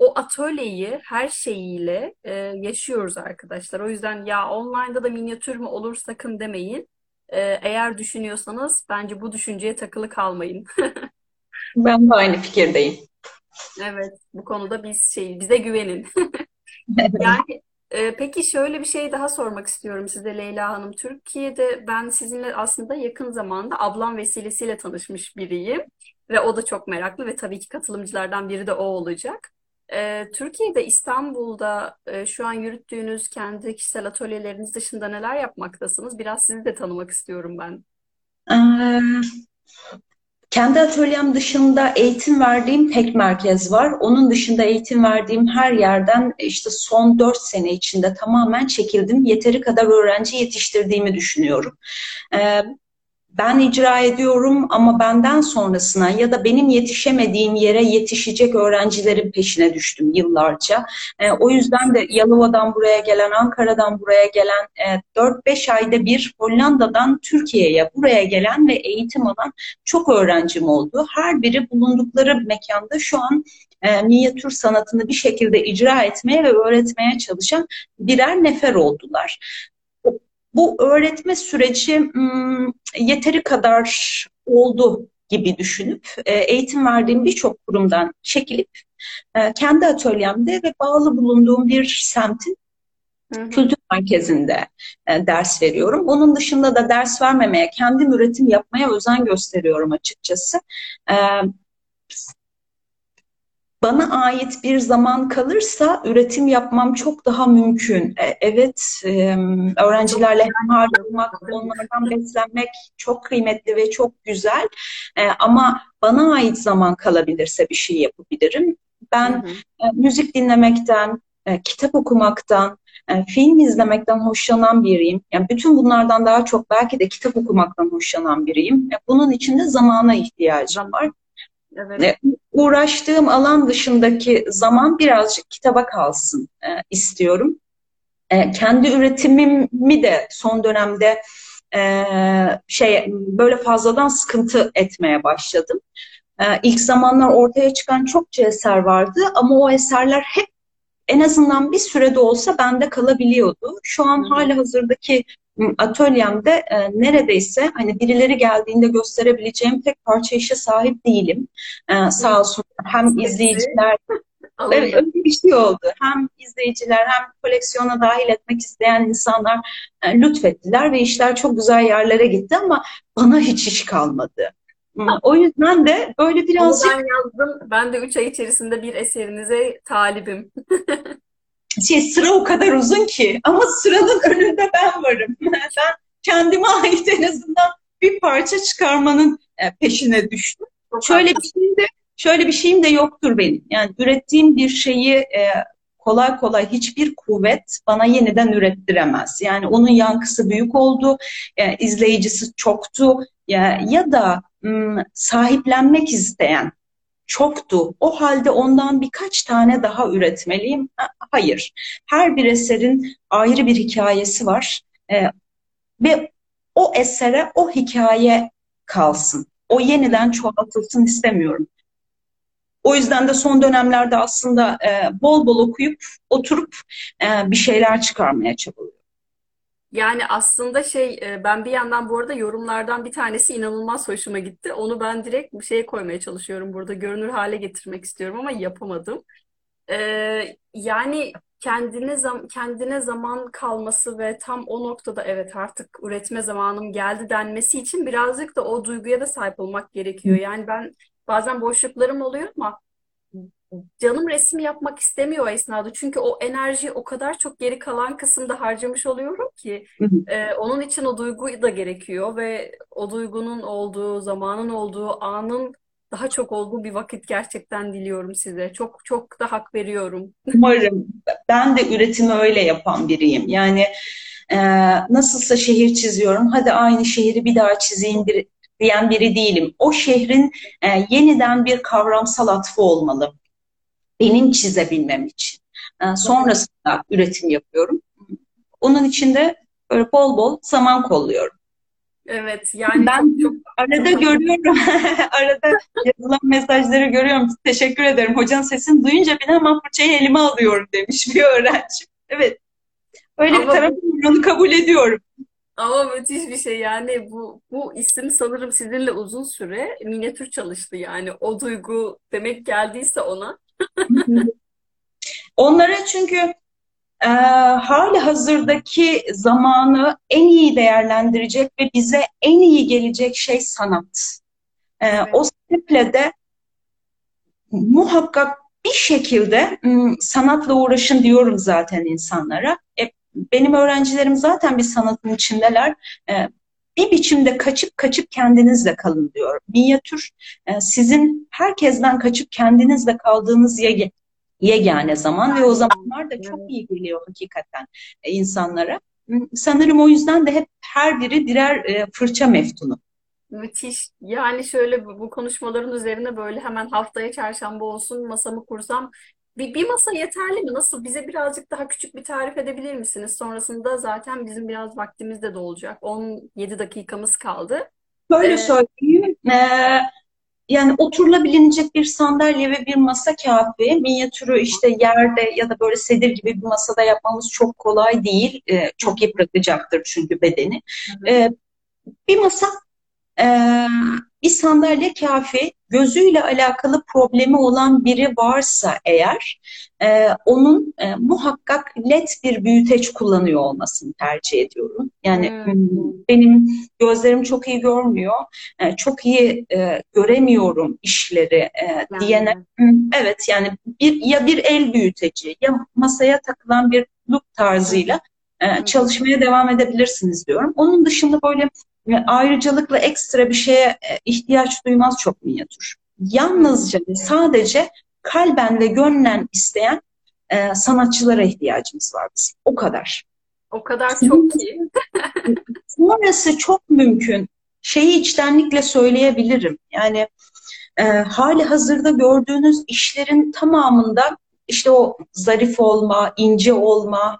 o atölyeyi her şeyiyle e, yaşıyoruz arkadaşlar. O yüzden ya online'da da minyatür mü olur sakın demeyin. E, eğer düşünüyorsanız bence bu düşünceye takılı kalmayın. Ben de aynı fikirdeyim. Evet, bu konuda biz şey bize güvenin. Yani e, peki şöyle bir şey daha sormak istiyorum size Leyla Hanım. Türkiye'de ben sizinle aslında yakın zamanda ablam vesilesiyle tanışmış biriyim. Ve o da çok meraklı ve tabii ki katılımcılardan biri de o olacak. E, Türkiye'de, İstanbul'da e, şu an yürüttüğünüz kendi kişisel atölyeleriniz dışında neler yapmaktasınız? Biraz sizi de tanımak istiyorum ben. Ee, Kendi atölyem dışında eğitim verdiğim tek merkez var. Onun dışında eğitim verdiğim her yerden işte son dört sene içinde tamamen çekildim. Yeteri kadar öğrenci yetiştirdiğimi düşünüyorum. Ee, Ben icra ediyorum ama benden sonrasına ya da benim yetişemediğim yere yetişecek öğrencilerin peşine düştüm yıllarca. E, o yüzden de Yalova'dan buraya gelen, Ankara'dan buraya gelen, e, dört beş ayda bir Hollanda'dan Türkiye'ye buraya gelen ve eğitim alan çok öğrencim oldu. Her biri bulundukları mekanda şu an e, minyatür sanatını bir şekilde icra etmeye ve öğretmeye çalışan birer nefer oldular. Bu öğretme süreci hmm, yeteri kadar oldu gibi düşünüp e, eğitim verdiğim birçok kurumdan çekilip e, kendi atölyemde ve bağlı bulunduğum bir semtin Hı hı. kültür merkezinde e, ders veriyorum. Onun dışında da ders vermemeye, kendim üretim yapmaya özen gösteriyorum açıkçası. E, Bana ait bir zaman kalırsa üretim yapmam çok daha mümkün. E, Evet, e, Çok öğrencilerle güzel hem gidiyor, harcamak, değil mi? onlardan beslenmek çok kıymetli ve çok güzel. E, Ama bana ait zaman kalabilirse bir şey yapabilirim. Hı Ben hı. e, müzik dinlemekten, e, kitap okumaktan, e, film izlemekten hoşlanan biriyim. Yani bütün bunlardan daha çok belki de kitap okumaktan hoşlanan biriyim. E, Bunun için de zamana ihtiyacım var. Zaman. Evet. E, Uğraştığım alan dışındaki zaman birazcık kitaba kalsın e, istiyorum. E, kendi üretimimi de son dönemde e, şey böyle fazladan sıkıntı etmeye başladım. E, ilk zamanlar ortaya çıkan çokça eser vardı ama o eserler hep en azından bir sürede olsa bende kalabiliyordu. Şu Hı an hı. hali hazırdaki atölyemde e, neredeyse hani birileri geldiğinde gösterebileceğim tek parça işe sahip değilim. E, Hı. sağ olsun hem Hepsi izleyiciler, evet, alındı. öyle bir şey oldu. Hem izleyiciler hem koleksiyona dahil etmek isteyen insanlar e, lütfettiler ve işler çok güzel yerlere gitti ama bana hiç iş kalmadı. O yüzden de böyle Onu birazcık ben yazdım. Ben de üç ay içerisinde bir eserinize talibim. şey, sıra o kadar uzun ki ama sıranın önünde ben varım. Ben kendime ait en azından bir parça çıkarmanın e, peşine düştüm. Çok Şöyle bir haklısın. şeyim de şöyle bir şeyim de yoktur benim. Yani ürettiğim bir şeyi e, kolay kolay hiçbir kuvvet bana yeniden ürettiremez. Yani onun yankısı büyük oldu, e, izleyicisi çoktu ya, ya da m, sahiplenmek isteyen çoktu. O halde ondan birkaç tane daha üretmeliyim. Hayır. Her bir eserin ayrı bir hikayesi var. Ee, ve o esere o hikaye kalsın. O yeniden çoğaltılsın istemiyorum. O yüzden de son dönemlerde aslında e, bol bol okuyup oturup e, bir şeyler çıkarmaya çabalıyorum. Yani aslında şey e, ben bir yandan bu arada yorumlardan bir tanesi inanılmaz hoşuma gitti. Onu ben direkt bir şeye koymaya çalışıyorum burada. Görünür hale getirmek istiyorum ama yapamadım. Ee, yani kendine zam kendine zaman kalması ve tam o noktada evet artık üretme zamanım geldi denmesi için birazcık da o duyguya da sahip olmak gerekiyor. Yani ben bazen boşluklarım oluyor ama canım resim yapmak istemiyor o esnada. Çünkü o enerjiyi o kadar çok geri kalan kısımda harcamış oluyorum ki e, onun için o duygu da gerekiyor ve o duygunun olduğu, zamanın olduğu, anın daha çok olduğu bir vakit gerçekten diliyorum size. Çok çok da hak veriyorum. Umarım. Ben de üretimi öyle yapan biriyim. Yani e, nasılsa şehir çiziyorum, hadi aynı şehri bir daha çizeyim bir, diyen biri değilim. O şehrin e, yeniden bir kavramsal atfı olmalı benim çizebilmem için. E, sonrasında üretim yapıyorum. Onun için de böyle bol bol zaman kolluyorum. Evet yani çok Ben çok arada çok haklısın. görüyorum, arada yazılan mesajları görüyorum. Teşekkür ederim. Hocanın sesini duyunca bile hemen fırçayı elime alıyorum demiş bir öğrencim. Evet, öyle bir Ama tarafım bu var, onu kabul ediyorum. ama müthiş bir şey yani bu bu isim sanırım sizinle uzun süre minyatür çalıştı yani o duygu demek geldiyse ona. Onlara çünkü e, hali hazırdaki zamanı en iyi değerlendirecek ve bize en iyi gelecek şey sanat. E, Evet. o sebeple de muhakkak bir şekilde ım, sanatla uğraşın diyorum zaten insanlara. E, benim öğrencilerim zaten bir sanatın içindeler. E, bir biçimde kaçıp kaçıp kendinizle kalın diyorum. Minyatür e, sizin herkesten kaçıp kendinizle kaldığınız yege, yegane zaman ve o zamanlar da çok Evet. iyi geliyor hakikaten e, insanlara. Sanırım o yüzden de hep her biri birer e, fırça meftunu. Müthiş. Yani şöyle bu bu konuşmaların üzerine böyle hemen haftaya çarşamba olsun masamı kursam bir, bir masa yeterli mi? Nasıl? Bize birazcık daha küçük bir tarif edebilir misiniz? Sonrasında zaten bizim biraz vaktimiz de dolacak. on yedi dakikamız kaldı. Böyle Ee, söyleyeyim. E, Yani oturulabilecek bir sandalye ve bir masa kafi. Minyatürü işte yerde ya da böyle sedir gibi bir masada yapmamız çok kolay değil. Ee, hı çok yıpratacaktır çünkü bedeni. hı. Ee, bir masa, ee, bir sandalye kafi. Gözüyle alakalı problemi olan biri varsa eğer, e, onun e, muhakkak led bir büyüteç kullanıyor olmasını tercih ediyorum. Yani Hmm. hmm, benim gözlerim çok iyi görmüyor, e, çok iyi e, göremiyorum işleri e, diyene, Yani. hmm, evet yani bir ya bir el büyüteci ya masaya takılan bir loop Hı hı, tarzıyla e, hı hı. çalışmaya devam edebilirsiniz diyorum. Onun dışında böyle ve ayrıcalıkla ekstra bir şeye e, ihtiyaç duymaz çok minyatür. Hı. Yalnızca ve sadece kalben ve gönlen isteyen e, sanatçılara ihtiyacımız var bizim. O kadar. O kadar çok ki. Sonrası, sonrası çok mümkün. Şeyi içtenlikle söyleyebilirim. Yani e, hali hazırda gördüğünüz işlerin tamamında işte o zarif olma, ince olma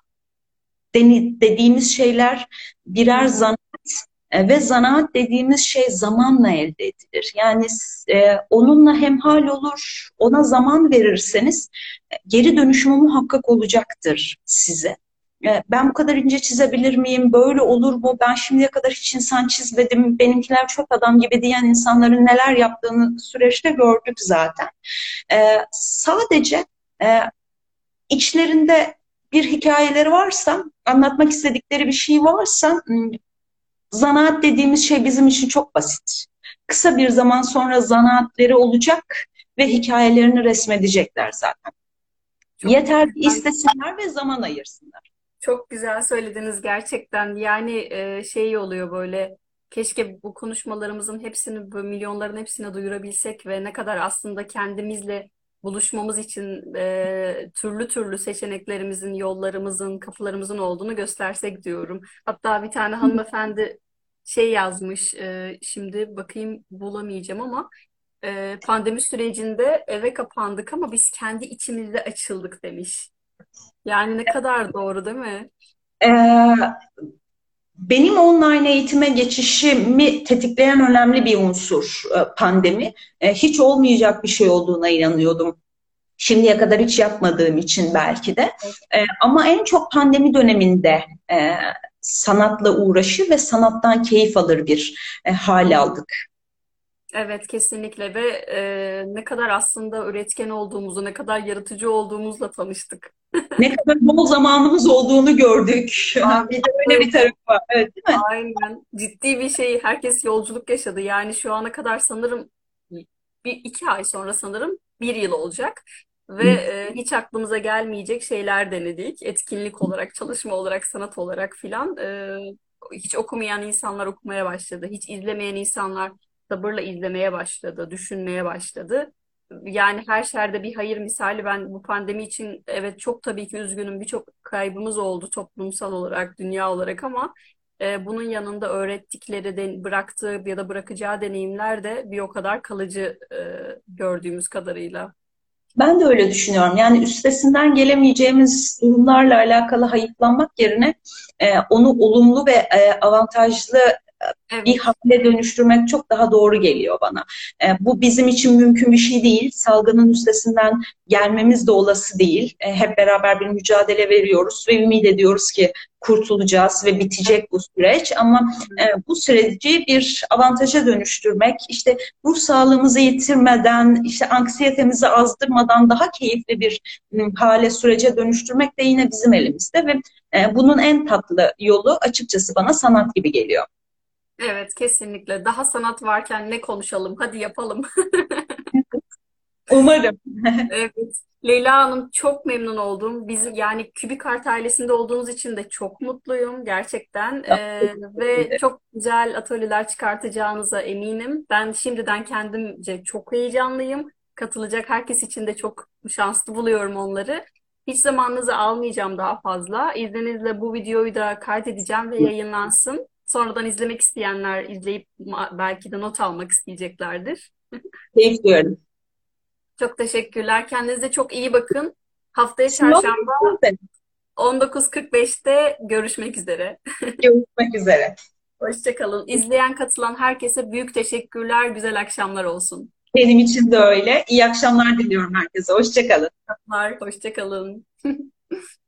deni- dediğimiz şeyler Hı birer hı. zanaat. E, ve zanaat dediğimiz şey zamanla elde edilir. Yani e, onunla hemhal olur, ona zaman verirseniz e, geri dönüşümü muhakkak olacaktır size. E, ben bu kadar ince çizebilir miyim? Böyle olur mu? Ben şimdiye kadar hiç insan çizmedim. Benimkiler çöp adam gibi diyen insanların neler yaptığını süreçte gördük zaten. E, sadece e, içlerinde bir hikayeleri varsa, anlatmak istedikleri bir şey varsa, zanaat dediğimiz şey bizim için çok basit. Kısa bir zaman sonra zanaatleri olacak ve hikayelerini resmedecekler zaten. Çok Yeter ki güzel. istesinler ve zaman ayırsınlar. Çok güzel söylediniz gerçekten. Yani e, şey oluyor böyle. Keşke bu konuşmalarımızın hepsini, bu milyonların hepsine duyurabilsek ve ne kadar aslında kendimizle buluşmamız için e, türlü türlü seçeneklerimizin, yollarımızın, kapılarımızın olduğunu göstersek diyorum. Hatta bir tane hanımefendi şey yazmış. E, şimdi bakayım bulamayacağım ama e, pandemi sürecinde eve kapandık ama biz kendi içimizde açıldık demiş. Yani ne kadar doğru değil mi? Ee, benim online eğitime geçişimi tetikleyen önemli bir unsur e, pandemi. E, hiç olmayacak bir şey olduğuna inanıyordum. Şimdiye kadar hiç yapmadığım için belki de. E, ama en çok pandemi döneminde e, sanatla uğraşır ve sanattan keyif alır bir e, hal aldık. Evet kesinlikle ve e, ne kadar aslında üretken olduğumuzu, ne kadar yaratıcı olduğumuzla tanıştık. Ne kadar bol zamanımız olduğunu gördük. Bir de öyle bir tarafı var. Evet, değil mi? Aynen. Ciddi bir şey. Herkes yolculuk yaşadı. Yani şu ana kadar sanırım bir iki ay sonra sanırım bir yıl olacak. Ve e, hiç aklımıza gelmeyecek şeyler denedik. Etkinlik olarak, çalışma olarak, sanat olarak filan. E, hiç okumayan insanlar okumaya başladı. Hiç izlemeyen insanlar sabırla izlemeye başladı, düşünmeye başladı. Yani her şerde bir hayır misali ben bu pandemi için evet çok tabii ki üzgünüm. Birçok kaybımız oldu toplumsal olarak, dünya olarak ama e, bunun yanında öğrettikleri, de, bıraktığı ya da bırakacağı deneyimler de bir o kadar kalıcı e, gördüğümüz kadarıyla. Ben de öyle düşünüyorum. Yani üstesinden gelemeyeceğimiz durumlarla alakalı hayıflanmak yerine e, onu olumlu ve e, avantajlı bir Evet. hale dönüştürmek çok daha doğru geliyor bana. E, bu bizim için mümkün bir şey değil. Salgının üstesinden gelmemiz de olası değil. E, hep beraber bir mücadele veriyoruz ve ümit ediyoruz ki kurtulacağız ve bitecek bu süreç. Ama e, bu süreci bir avantaja dönüştürmek, işte ruh sağlığımızı yitirmeden, işte anksiyetemizi azdırmadan daha keyifli bir m, hale, sürece dönüştürmek de yine bizim elimizde ve e, bunun en tatlı yolu açıkçası bana sanat gibi geliyor. Evet, kesinlikle. Daha sanat varken ne konuşalım? Hadi yapalım. Umarım. Evet. Leyla Hanım, çok memnun oldum. Bizim yani Kübik Art ailesinde olduğunuz için de çok mutluyum gerçekten. Ee, ve çok güzel atölyeler çıkartacağınıza eminim. Ben şimdiden kendimce çok heyecanlıyım. Katılacak herkes için de çok şanslı buluyorum onları. Hiç zamanınızı almayacağım daha fazla. İzninizle bu videoyu da kaydedeceğim ve yayınlansın. Sonradan izlemek isteyenler izleyip ma- belki de not almak isteyeceklerdir. Keyif duyuyorum. Çok teşekkürler. Kendinize çok iyi bakın. Haftaya Simon, çarşamba on dokuz kırk beşte görüşmek üzere. görüşmek üzere. Hoşça kalın. İzleyen, katılan herkese büyük teşekkürler. Güzel akşamlar olsun. Benim için de öyle. İyi akşamlar diliyorum herkese. Hoşça kalın. Hoşça kalın.